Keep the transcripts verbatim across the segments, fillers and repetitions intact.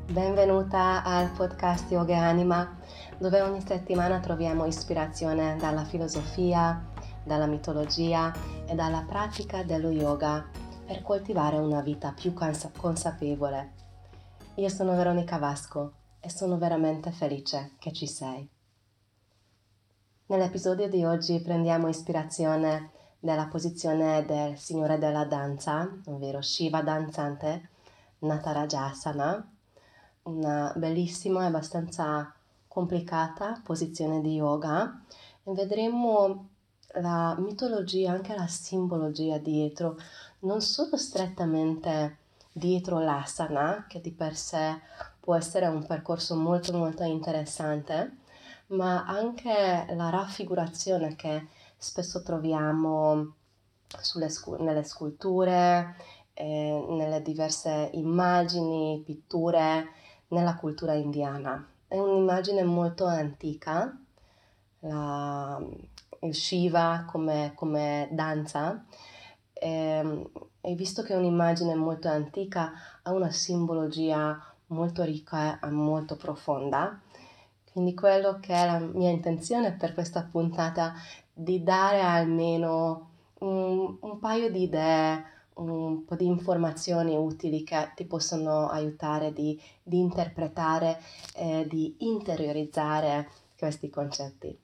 Benvenuta al podcast Yoga e Anima, dove ogni settimana troviamo ispirazione dalla filosofia, dalla mitologia e dalla pratica dello yoga per coltivare una vita più cons- consapevole. Io sono Veronica Vasco e sono veramente felice che ci sei. Nell'episodio di oggi prendiamo ispirazione dalla posizione del signore della danza, ovvero Shiva danzante, Natarajasana, una bellissima e abbastanza complicata posizione di yoga, e vedremo la mitologia, anche la simbologia dietro, non solo strettamente dietro l'asana, che di per sé può essere un percorso molto molto interessante, ma anche la raffigurazione che spesso troviamo sulle scu- nelle sculture, eh, nelle diverse immagini, pitture, nella cultura indiana. È un'immagine molto antica, la, il Shiva come, come danza, e, e visto che è un'immagine molto antica, ha una simbologia molto ricca e molto profonda. Quindi quello che è la mia intenzione per questa puntata, di dare almeno un, un paio di idee, un po' di informazioni utili che ti possono aiutare di, di interpretare e di interiorizzare questi concetti.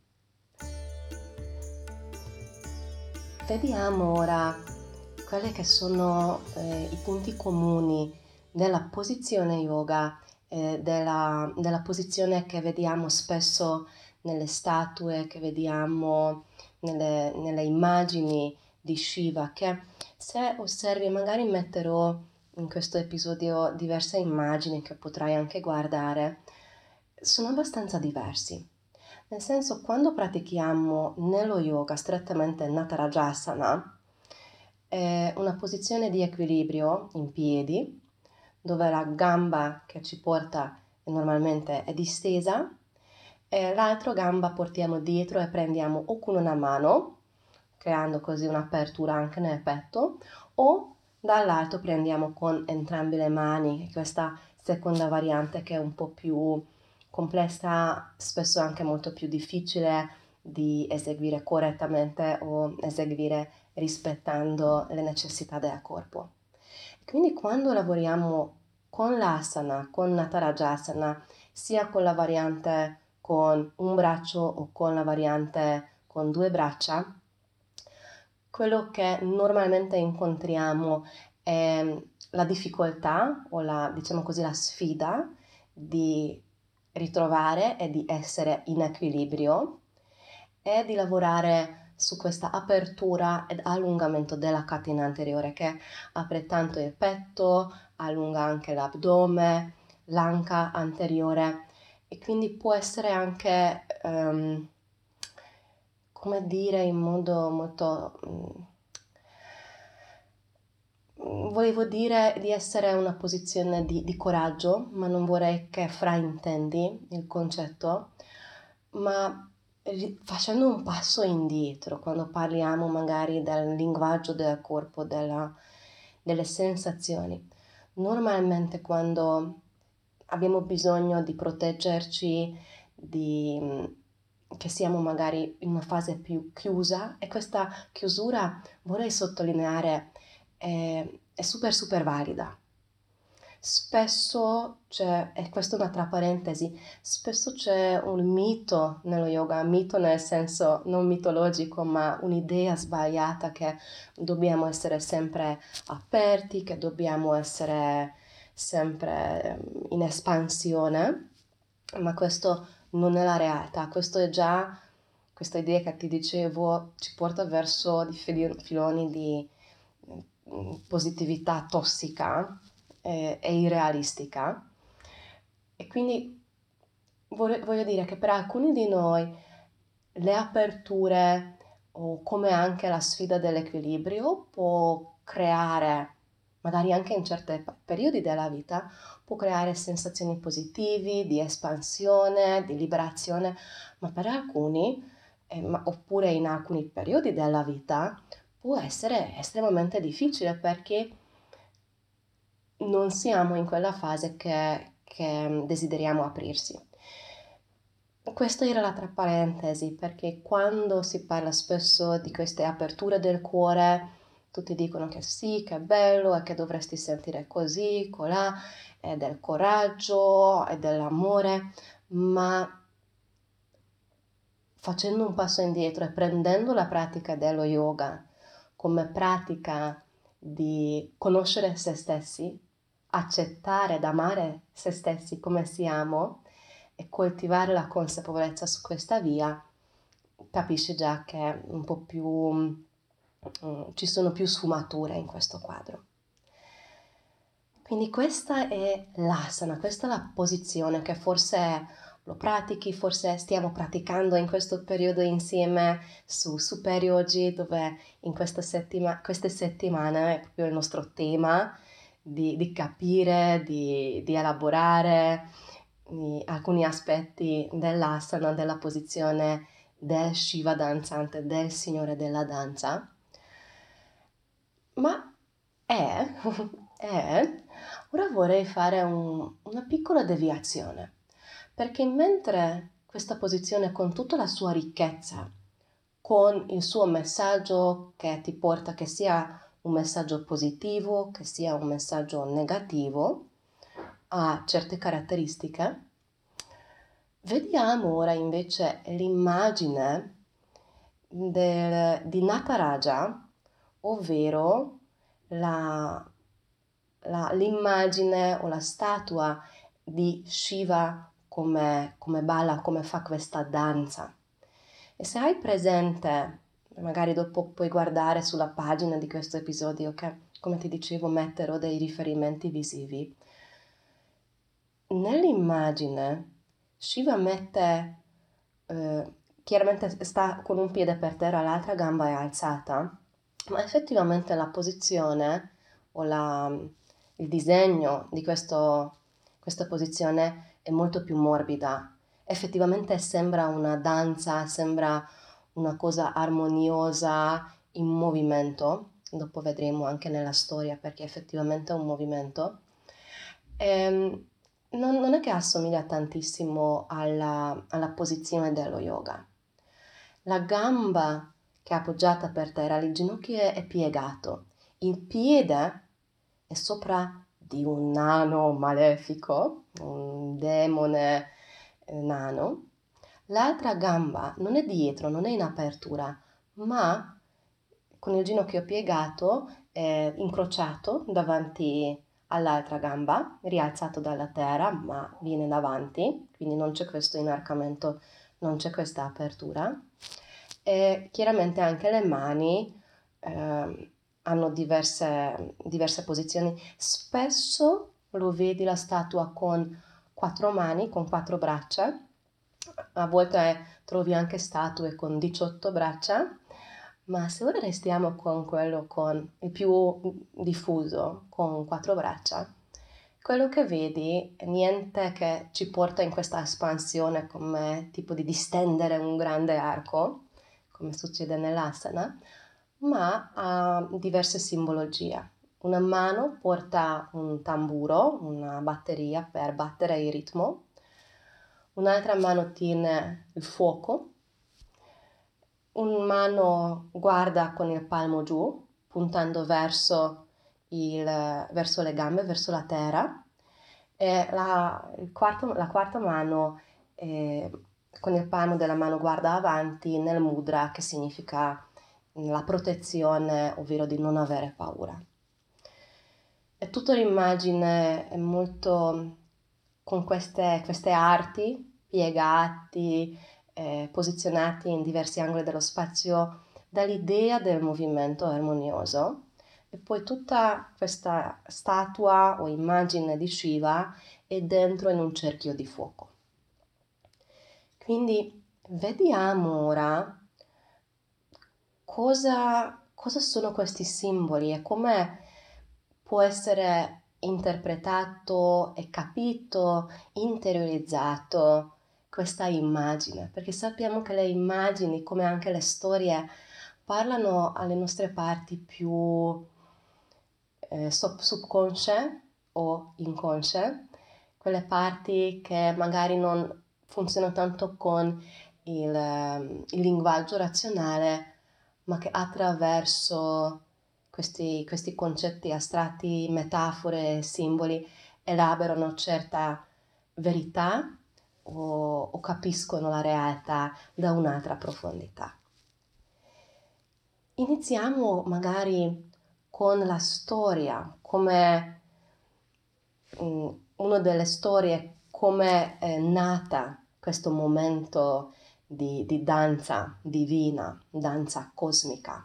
Vediamo ora quelli che sono eh, i punti comuni della posizione yoga, eh, della, della posizione che vediamo spesso nelle statue, che vediamo nelle, nelle immagini di Shiva, che se osservi, magari metterò in questo episodio diverse immagini che potrai anche guardare, sono abbastanza diversi. Nel senso, quando pratichiamo nello yoga strettamente Natarajasana, è una posizione di equilibrio in piedi, dove la gamba che ci porta normalmente è distesa e l'altra gamba portiamo dietro e prendiamo o con una mano, creando così un'apertura anche nel petto, o dall'alto prendiamo con entrambe le mani, questa seconda variante che è un po' più complessa, spesso anche molto più difficile di eseguire correttamente o eseguire rispettando le necessità del corpo. Quindi quando lavoriamo con l'asana, con Natarajasana, sia con la variante con un braccio o con la variante con due braccia, quello che normalmente incontriamo è la difficoltà o la, diciamo così, la sfida di ritrovare e di essere in equilibrio e di lavorare su questa apertura ed allungamento della catena anteriore che apre tanto il petto, allunga anche l'addome, l'anca anteriore, e quindi può essere anche, um, come dire in modo molto... Um, volevo dire di essere una posizione di, di coraggio, ma non vorrei che fraintendi il concetto, ma facendo un passo indietro, quando parliamo magari del linguaggio del corpo, della, delle sensazioni. Normalmente quando abbiamo bisogno di proteggerci, di, che siamo magari in una fase più chiusa, e questa chiusura, vorrei sottolineare, è, è super super valida. Spesso c'è, e questa è un'altra parentesi, spesso c'è un mito nello yoga, mito nel senso non mitologico, ma un'idea sbagliata che dobbiamo essere sempre aperti, che dobbiamo essere sempre in espansione, ma questo non è la realtà, questo è già, questa idea che ti dicevo ci porta verso di filoni di positività tossica eh, e irrealistica, e quindi voglio, voglio dire che per alcuni di noi le aperture o come anche la sfida dell'equilibrio può creare, magari anche in certi periodi della vita, può creare sensazioni positive, di espansione, di liberazione, ma per alcuni, eh, ma, oppure in alcuni periodi della vita, può essere estremamente difficile perché non siamo in quella fase che, che desideriamo aprirsi. Questa era la tra parentesi, perché quando si parla spesso di queste aperture del cuore, tutti dicono che sì, che è bello e che dovresti sentire così, colà, è del coraggio, è dell'amore, ma facendo un passo indietro e prendendo la pratica dello yoga come pratica di conoscere se stessi, accettare ed amare se stessi come siamo e coltivare la consapevolezza su questa via, capisci già che è un po' più, um, ci sono più sfumature in questo quadro. Quindi questa è l'asana, questa è la posizione che forse lo pratichi, forse stiamo praticando in questo periodo insieme su Super Yogi, dove in questa settima, queste settimane è proprio il nostro tema di, di capire, di, di elaborare di alcuni aspetti dell'asana, della posizione del Shiva danzante, del Signore della danza. Ma è, è, ora vorrei fare un, una piccola deviazione, perché mentre questa posizione con tutta la sua ricchezza, con il suo messaggio che ti porta, che sia un messaggio positivo, che sia un messaggio negativo, ha certe caratteristiche, vediamo ora invece l'immagine del, di Nataraja, ovvero la, la, l'immagine o la statua di Shiva come, come balla, come fa questa danza. E se hai presente, magari dopo puoi guardare sulla pagina di questo episodio, che come ti dicevo metterò dei riferimenti visivi, nell'immagine Shiva mette, eh, chiaramente sta con un piede per terra, l'altra gamba è alzata, ma effettivamente la posizione o la, il disegno di questo, questa posizione è molto più morbida. Effettivamente sembra una danza, sembra una cosa armoniosa in movimento. Dopo vedremo anche nella storia perché effettivamente è un movimento. Ehm, non, non è che assomiglia tantissimo alla, alla posizione dello yoga. La gamba che è appoggiata per terra, il ginocchio è piegato, il piede è sopra di un nano malefico, un demone nano. L'altra gamba non è dietro, non è in apertura, ma con il ginocchio piegato, eh, incrociato davanti all'altra gamba, rialzato dalla terra, ma viene davanti, quindi non c'è questo inarcamento, non c'è questa apertura. E chiaramente anche le mani eh, hanno diverse, diverse posizioni. Spesso lo vedi la statua con quattro mani, con quattro braccia, a volte trovi anche statue con diciotto braccia, ma se ora restiamo con quello con il più diffuso, con quattro braccia, quello che vedi è niente che ci porta in questa espansione come tipo di distendere un grande arco, come succede nell'asana, ma ha diverse simbologie. Una mano porta un tamburo, una batteria per battere il ritmo, un'altra mano tiene il fuoco, una mano guarda con il palmo giù, puntando verso, il, verso le gambe, verso la terra, e la, il quarto, la quarta mano eh, con il palmo della mano guarda avanti nel mudra, che significa la protezione, ovvero di non avere paura. E tutta l'immagine è molto con queste, queste arti piegati, eh, posizionati in diversi angoli dello spazio, dall'idea del movimento armonioso. E poi tutta questa statua o immagine di Shiva è dentro in un cerchio di fuoco. Quindi vediamo ora cosa, cosa sono questi simboli e come può essere interpretato e capito, interiorizzato questa immagine, perché sappiamo che le immagini, come anche le storie, parlano alle nostre parti più eh, subconsce o inconsce, quelle parti che magari non funzionano tanto con il, ehm, il linguaggio razionale, ma che attraverso questi, questi concetti astratti, metafore, simboli, elaborano certa verità o, o capiscono la realtà da un'altra profondità. Iniziamo magari con la storia, come mm, una delle storie, come è nata questo momento di, di danza divina, danza cosmica.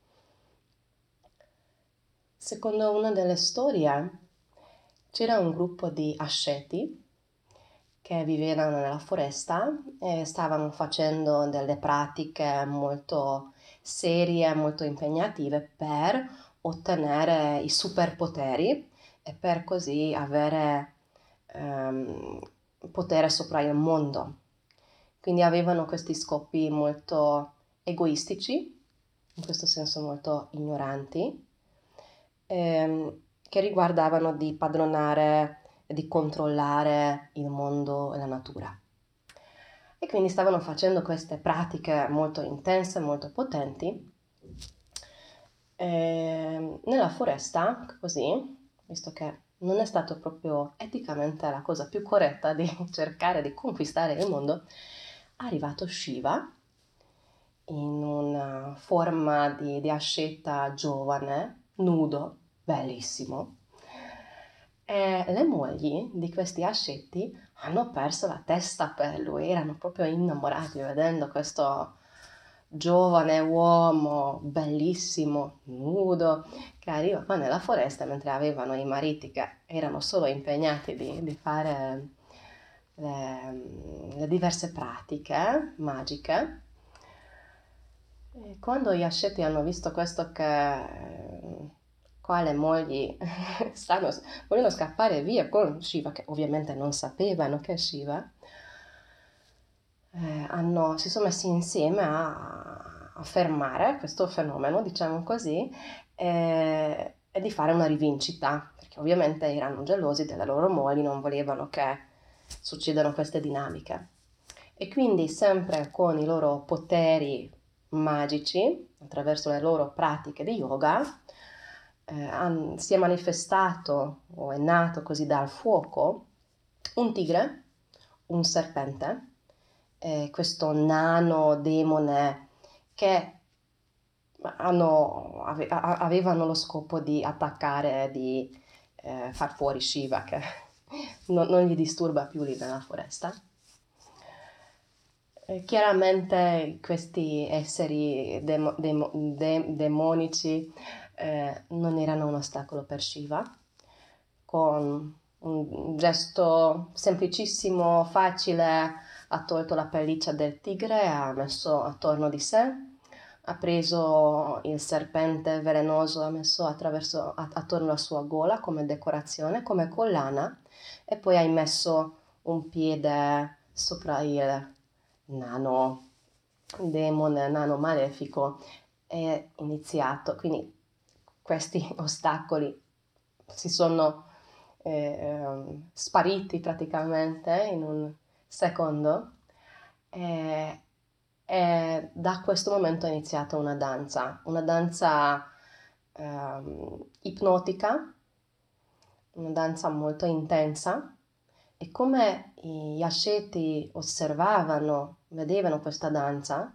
Secondo una delle storie c'era un gruppo di asceti che vivevano nella foresta e stavano facendo delle pratiche molto serie, molto impegnative per ottenere i superpoteri e per così avere ehm, potere sopra il mondo. Quindi avevano questi scopi molto egoistici, in questo senso molto ignoranti, ehm, che riguardavano di padronare e di controllare il mondo e la natura. E quindi stavano facendo queste pratiche molto intense, molto potenti, ehm, nella foresta, così, visto che non è stato proprio eticamente la cosa più corretta di cercare di conquistare il mondo, è arrivato Shiva in una forma di, di asceta giovane, nudo, bellissimo. E le mogli di questi asceti hanno perso la testa per lui, erano proprio innamorati vedendo questo giovane uomo bellissimo, nudo, che arriva nella foresta mentre avevano i mariti che erano solo impegnati di, di fare le, le diverse pratiche magiche. E quando gli asceti hanno visto questo che eh, qua le mogli stanno, vogliono scappare via con Shiva, che ovviamente non sapevano che è Shiva, eh, hanno, si sono messi insieme a, a fermare questo fenomeno, diciamo così, e, e di fare una rivincita, perché ovviamente erano gelosi delle loro mogli, non volevano che succedano queste dinamiche. E quindi sempre con i loro poteri magici, attraverso le loro pratiche di yoga, eh, han, si è manifestato o è nato così dal fuoco un tigre, un serpente, eh, questo nano demone che hanno, ave, avevano lo scopo di attaccare, di eh, far fuori Shiva, che non, non gli disturba più lì nella foresta. Eh, chiaramente questi esseri demo, demo, de, demonici eh, non erano un ostacolo per Shiva. Con un gesto semplicissimo, facile, ha tolto la pelliccia del tigre e ha messo attorno di sé, ha preso il serpente velenoso, ha messo attraverso, attorno alla sua gola come decorazione, come collana, e poi hai messo un piede sopra il nano demone, nano malefico, è iniziato. Quindi questi ostacoli si sono eh, spariti praticamente in un secondo e, e da questo momento è iniziata una danza, una danza ehm, ipnotica, una danza molto intensa. E come gli asceti osservavano, vedevano questa danza,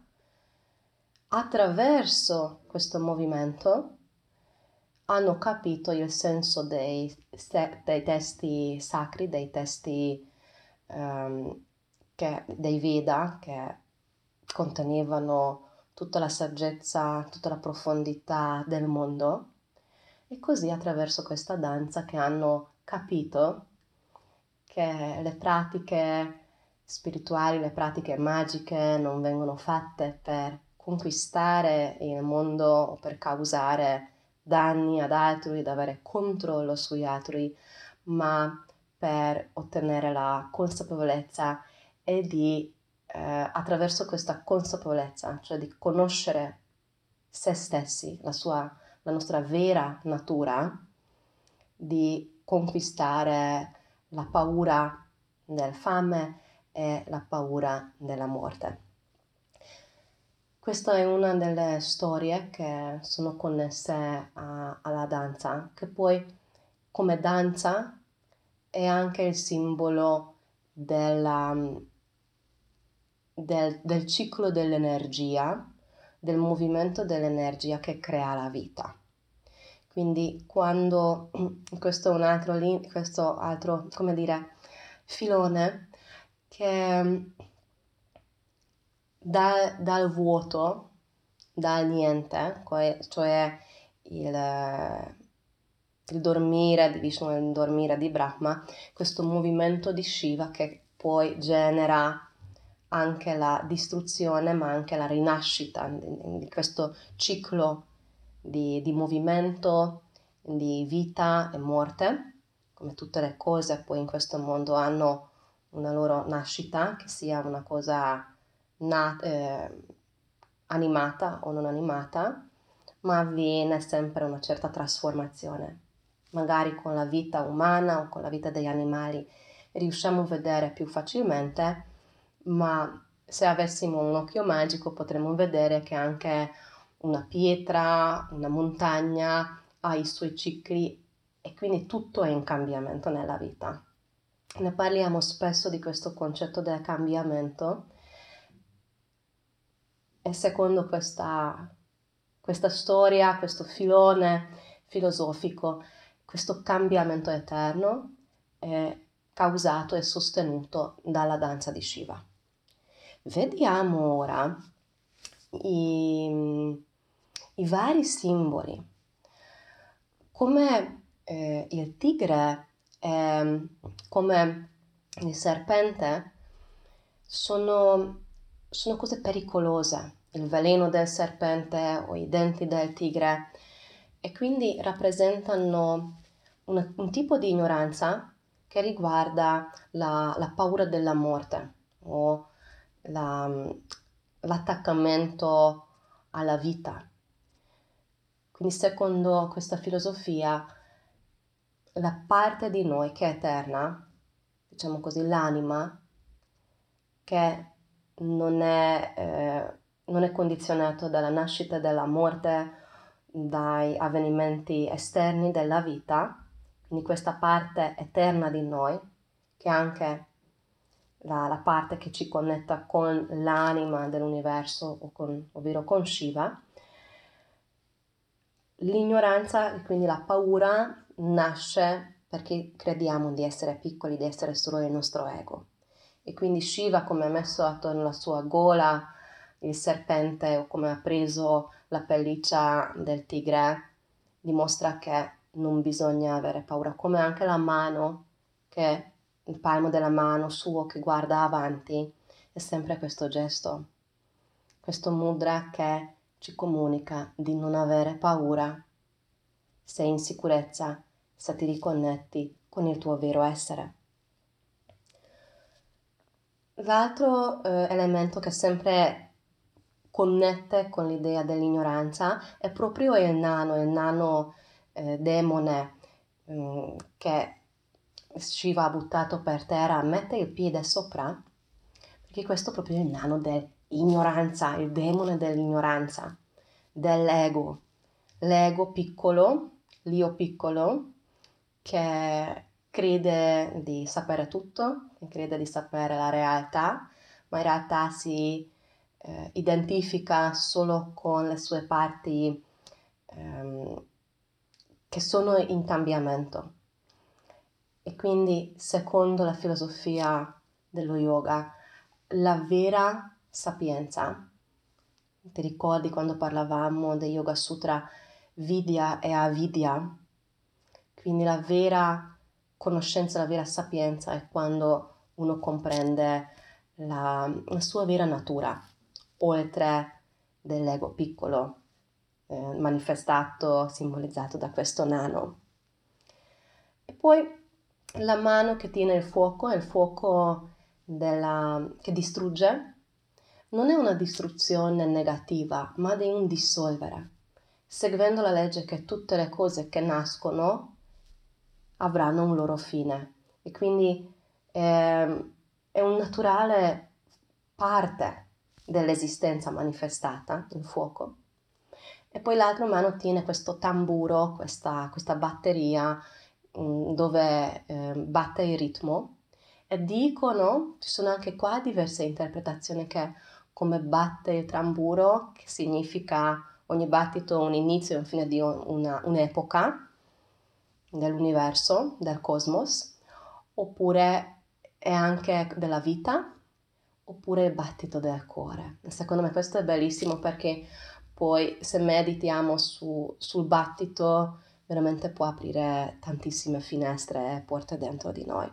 attraverso questo movimento hanno capito il senso dei, dei testi sacri, dei testi um, che, dei Veda, che contenevano tutta la saggezza, tutta la profondità del mondo. E così attraverso questa danza che hanno capito che le pratiche spirituali, le pratiche magiche non vengono fatte per conquistare il mondo o per causare danni ad altri, ad avere controllo sugli altri, ma per ottenere la consapevolezza e di, eh, attraverso questa consapevolezza, cioè di conoscere se stessi, la sua, la nostra vera natura, di conquistare la paura del fame e la paura della morte. Questa è una delle storie che sono connesse a, alla danza, che poi come danza è anche il simbolo della, del, del ciclo dell'energia, del movimento dell'energia che crea la vita. Quindi quando, questo è un altro, questo altro, come dire, filone che da, dal vuoto, dal niente, cioè il, il dormire di Vishnu e il dormire di Brahma, questo movimento di Shiva che poi genera anche la distruzione ma anche la rinascita di questo ciclo di, di movimento, di vita e morte, come tutte le cose poi in questo mondo hanno una loro nascita, che sia una cosa nat- eh, animata o non animata, ma avviene sempre una certa trasformazione. Magari con la vita umana o con la vita degli animali riusciamo a vedere più facilmente, ma se avessimo un occhio magico potremmo vedere che anche una pietra, una montagna ha i suoi cicli e quindi tutto è in cambiamento nella vita. Ne parliamo spesso di questo concetto del cambiamento e secondo questa, questa storia, questo filone filosofico, questo cambiamento eterno è causato e sostenuto dalla danza di Shiva. Vediamo ora i, i vari simboli. Come eh, il tigre e come il serpente sono, sono cose pericolose, il veleno del serpente o i denti del tigre, e quindi rappresentano un, un tipo di ignoranza che riguarda la, la paura della morte o la, l'attaccamento alla vita. Quindi secondo questa filosofia la parte di noi che è eterna, diciamo così, l'anima, che non è, eh, non è condizionato dalla nascita e dalla morte, dai avvenimenti esterni della vita, quindi questa parte eterna di noi, che è anche la, la parte che ci connetta con l'anima dell'universo, o con, ovvero con Shiva. L'ignoranza, quindi la paura, nasce perché crediamo di essere piccoli, di essere solo il nostro ego. E quindi Shiva, come ha messo attorno alla sua gola il serpente o come ha preso la pelliccia del tigre, dimostra che non bisogna avere paura, come anche la mano, che il palmo della mano suo che guarda avanti, è sempre questo gesto, questo mudra che ci comunica di non avere paura. Sei in sicurezza se ti riconnetti con il tuo vero essere. L'altro eh, elemento che sempre connette con l'idea dell'ignoranza è proprio il nano, il nano eh, demone mh, che Shiva ha buttato per terra, mette il piede sopra, perché questo è proprio il nano dell'ignoranza, il demone dell'ignoranza, dell'ego, l'ego piccolo, l'io piccolo, che crede di sapere tutto, che crede di sapere la realtà, ma in realtà si eh, identifica solo con le sue parti ehm, che sono in cambiamento. E quindi, secondo la filosofia dello yoga, la vera sapienza, ti ricordi quando parlavamo del Yoga Sutra Vidya e Avidya? Quindi la vera conoscenza, la vera sapienza è quando uno comprende la, la sua vera natura, oltre dell'ego piccolo, eh, manifestato, simbolizzato da questo nano. E poi la mano che tiene il fuoco, è il fuoco della, che distrugge, non è una distruzione negativa, ma di un dissolvere, seguendo la legge che tutte le cose che nascono avranno un loro fine. e quindi eh, è un naturale parte dell'esistenza manifestata, il fuoco. E poi l'altra mano tiene questo tamburo, questa, questa batteria mh, dove eh, batte il ritmo, e dicono, ci sono anche qua diverse interpretazioni, che come batte il tamburo, che significa ogni battito un inizio e un fine di una, un'epoca dell'universo, del cosmos, oppure è anche della vita, oppure il battito del cuore. E secondo me questo è bellissimo, perché poi se meditiamo su, sul battito veramente può aprire tantissime finestre e porte dentro di noi.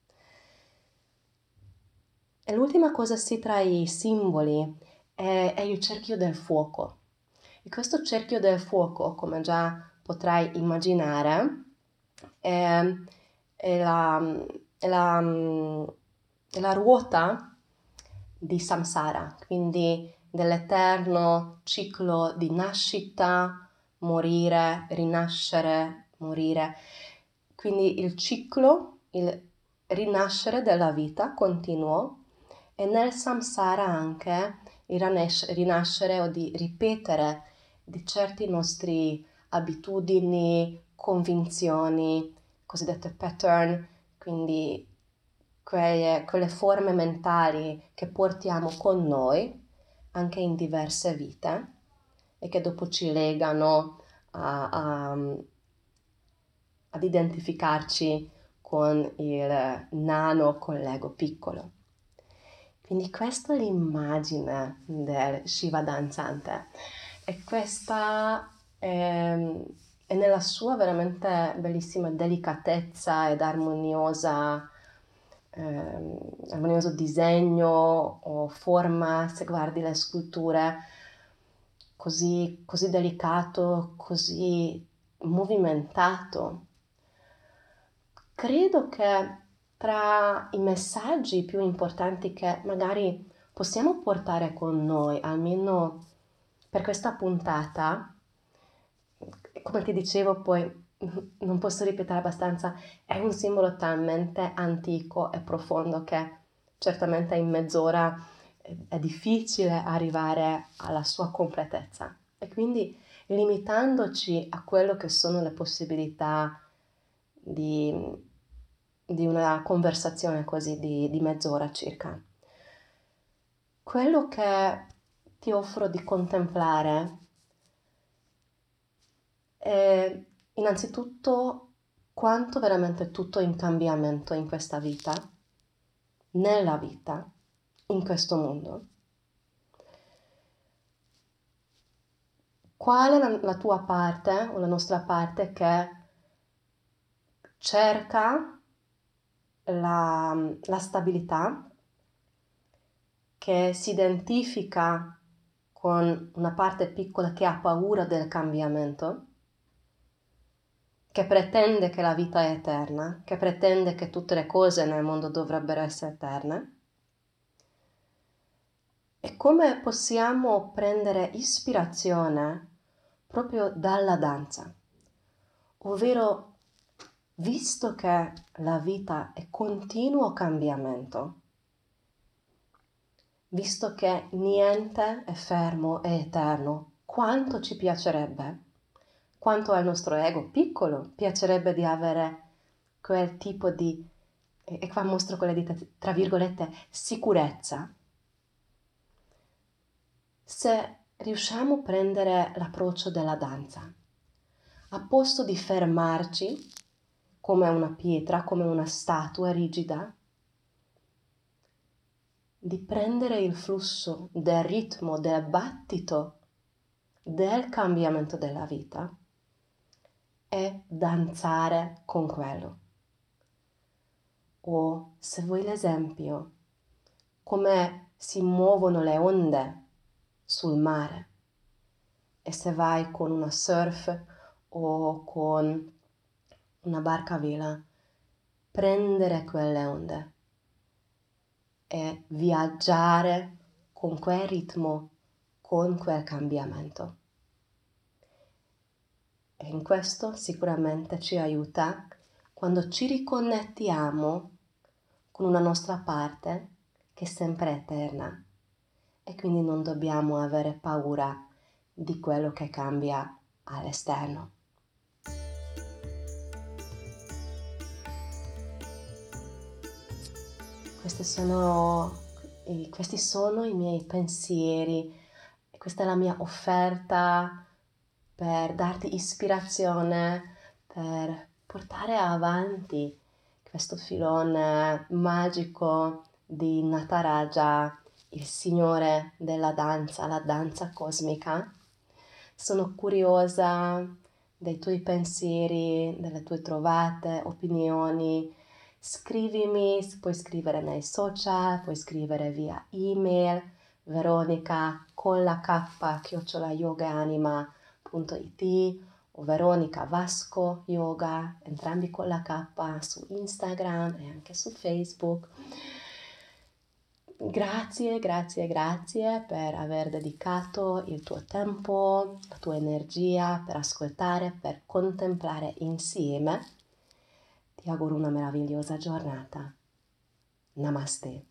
E l'ultima cosa sì tra i simboli è, è il cerchio del fuoco. E questo cerchio del fuoco, come già potrai immaginare, è, è, la, è, la, è la ruota di samsara, quindi dell'eterno ciclo di nascita, morire, rinascere, morire. Quindi il ciclo, il rinascere della vita continuo, e nel samsara anche il rinascere o di ripetere di certi nostri abitudini, convinzioni, cosiddette pattern, quindi quelle, quelle forme mentali che portiamo con noi anche in diverse vite e che dopo ci legano a, a, ad identificarci con il nano, con l'ego piccolo. Quindi questa è l'immagine del Shiva danzante, e questa è, è nella sua veramente bellissima delicatezza ed armoniosa, eh, armonioso disegno o forma. Se guardi le sculture, così, così delicato, così movimentato. Credo che tra i messaggi più importanti che magari possiamo portare con noi, almeno per questa puntata, come ti dicevo, poi non posso ripetere abbastanza, è un simbolo talmente antico e profondo che certamente in mezz'ora è difficile arrivare alla sua completezza. E quindi, limitandoci a quello che sono le possibilità di di una conversazione così di, di mezz'ora circa. Quello che ti offro di contemplare è innanzitutto quanto veramente tutto è in cambiamento in questa vita, nella vita, in questo mondo. Qual è la, la tua parte o la nostra parte che cerca La, la stabilità, che si identifica con una parte piccola che ha paura del cambiamento, che pretende che la vita è eterna, che pretende che tutte le cose nel mondo dovrebbero essere eterne. E come possiamo prendere ispirazione proprio dalla danza, ovvero, visto che la vita è continuo cambiamento, visto che niente è fermo e eterno, quanto ci piacerebbe, quanto al nostro ego piccolo piacerebbe di avere quel tipo di, e qua mostro quelle dita, tra virgolette, sicurezza. Se riusciamo a prendere l'approccio della danza, a posto di fermarci come una pietra, come una statua rigida, di prendere il flusso del ritmo, del battito, del cambiamento della vita e danzare con quello. O, se vuoi l'esempio, come si muovono le onde sul mare, e se vai con una surf o con una barca a vela, prendere quelle onde e viaggiare con quel ritmo, con quel cambiamento. E in questo sicuramente ci aiuta quando ci riconnettiamo con una nostra parte che è sempre eterna e quindi non dobbiamo avere paura di quello che cambia all'esterno. Queste sono, i- questi sono i miei pensieri, e questa è la mia offerta per darti ispirazione, per portare avanti questo filone magico di Nataraja, il signore della danza, la danza cosmica. Sono curiosa dei tuoi pensieri, delle tue trovate, opinioni. Scrivimi, puoi scrivere nei social, puoi scrivere via email, Veronica con la K chiocciola yogaanima punto it o Veronica Vasco Yoga, entrambi con la K su Instagram e anche su Facebook. Grazie, grazie, grazie per aver dedicato il tuo tempo, la tua energia per ascoltare, per contemplare insieme. Ti auguro una meravigliosa giornata. Namaste.